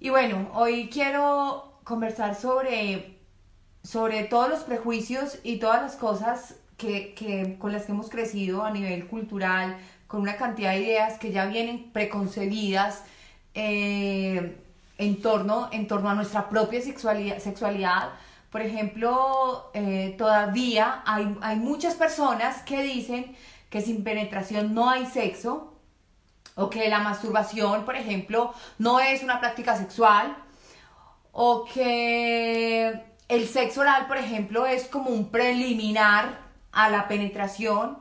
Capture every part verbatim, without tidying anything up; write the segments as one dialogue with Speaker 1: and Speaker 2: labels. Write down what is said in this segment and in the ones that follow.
Speaker 1: Y bueno, hoy quiero conversar sobre, sobre todos los prejuicios y todas las cosas que, que, con las que hemos crecido a nivel cultural, con una cantidad de ideas que ya vienen preconcebidas eh, en, torno, en torno a nuestra propia sexualidad. sexualidad. Por ejemplo, eh, todavía hay, hay muchas personas que dicen que sin penetración no hay sexo, o que la masturbación, por ejemplo, no es una práctica sexual, o que el sexo oral, por ejemplo, es como un preliminar a la penetración.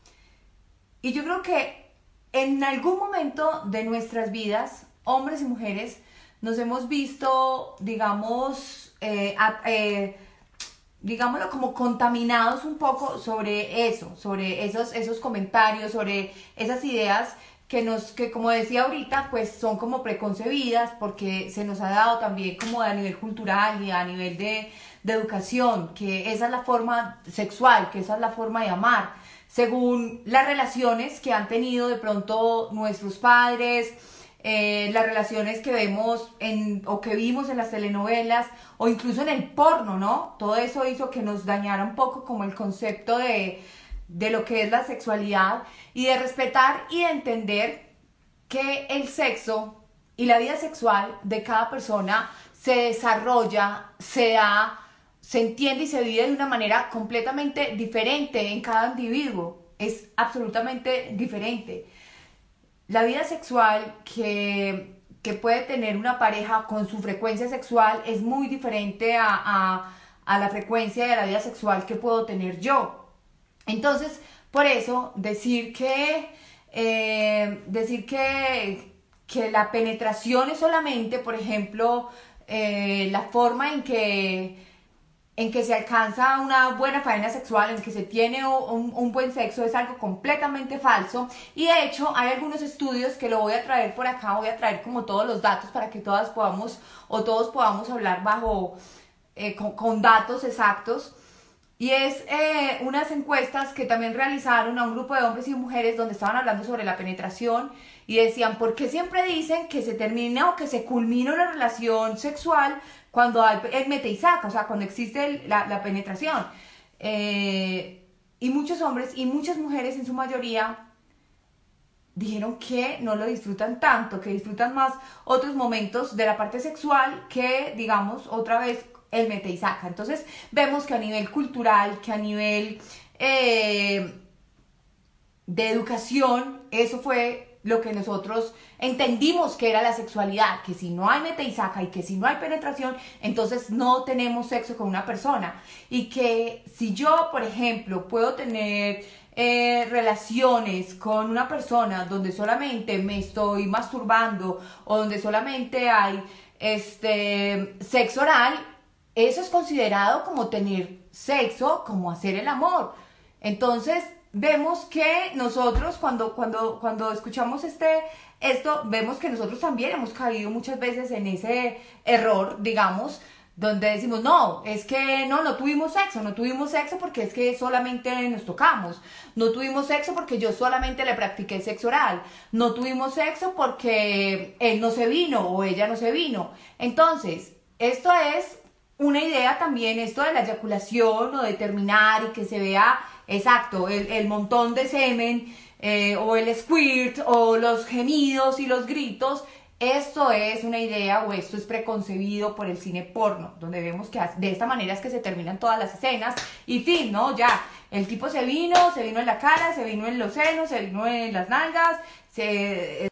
Speaker 1: Y yo creo que en algún momento de nuestras vidas, hombres y mujeres, nos hemos visto, digamos, eh, a, eh, digámoslo, como contaminados un poco sobre eso, sobre esos, esos comentarios, sobre esas ideas que nos, que como decía ahorita, pues son como preconcebidas porque se nos ha dado también como a nivel cultural y a nivel de, de educación, que esa es la forma sexual, que esa es la forma de amar, según las relaciones que han tenido de pronto nuestros padres, eh, las relaciones que vemos en, o que vimos en las telenovelas o incluso en el porno, ¿no? Todo eso hizo que nos dañara un poco como el concepto de, de lo que es la sexualidad y de respetar y de entender que el sexo y la vida sexual de cada persona se desarrolla, se da, se entiende y se vive de una manera completamente diferente en cada individuo. Es absolutamente diferente. La vida sexual que, que puede tener una pareja con su frecuencia sexual es muy diferente a, a, a la frecuencia de la vida sexual que puedo tener yo. Entonces, por eso, decir que, eh, decir que, que la penetración es solamente, por ejemplo, eh, la forma en que en que se alcanza una buena faena sexual, en que se tiene un, un, buen sexo, es algo completamente falso. Y de hecho hay algunos estudios que lo voy a traer por acá, voy a traer como todos los datos para que todas podamos o todos podamos hablar bajo, eh, con, con datos exactos. Y es eh, unas encuestas que también realizaron a un grupo de hombres y mujeres donde estaban hablando sobre la penetración y decían, ¿por qué siempre dicen que se termina o que se culmina una relación sexual cuando hay el mete y saca, o sea, cuando existe el, la, la penetración? Eh, y muchos hombres y muchas mujeres en su mayoría dijeron que no lo disfrutan tanto, que disfrutan más otros momentos de la parte sexual que, digamos, otra vez el mete y saca. Entonces vemos que a nivel cultural, que a nivel eh, de educación, eso fue lo que nosotros entendimos que era la sexualidad, que si no hay mete y saca y que si no hay penetración, entonces no tenemos sexo con una persona. Y que si yo, por ejemplo, puedo tener eh, relaciones con una persona donde solamente me estoy masturbando o donde solamente hay este sexo oral, eso es considerado como tener sexo, como hacer el amor. Entonces, vemos que nosotros cuando, cuando, cuando escuchamos este, esto, vemos que nosotros también hemos caído muchas veces en ese error, digamos, donde decimos, no, es que no, no tuvimos sexo, no tuvimos sexo porque es que solamente nos tocamos, no tuvimos sexo porque yo solamente le practiqué sexo oral, no tuvimos sexo porque él no se vino o ella no se vino. Entonces, esto es una idea también, esto de la eyaculación o de terminar y que se vea exacto el, el montón de semen eh, o el squirt o los gemidos y los gritos. Esto es una idea o esto es preconcebido por el cine porno, donde vemos que de esta manera es que se terminan todas las escenas y fin, ¿no? Ya, el tipo se vino, se vino en la cara, se vino en los senos, se vino en las nalgas, se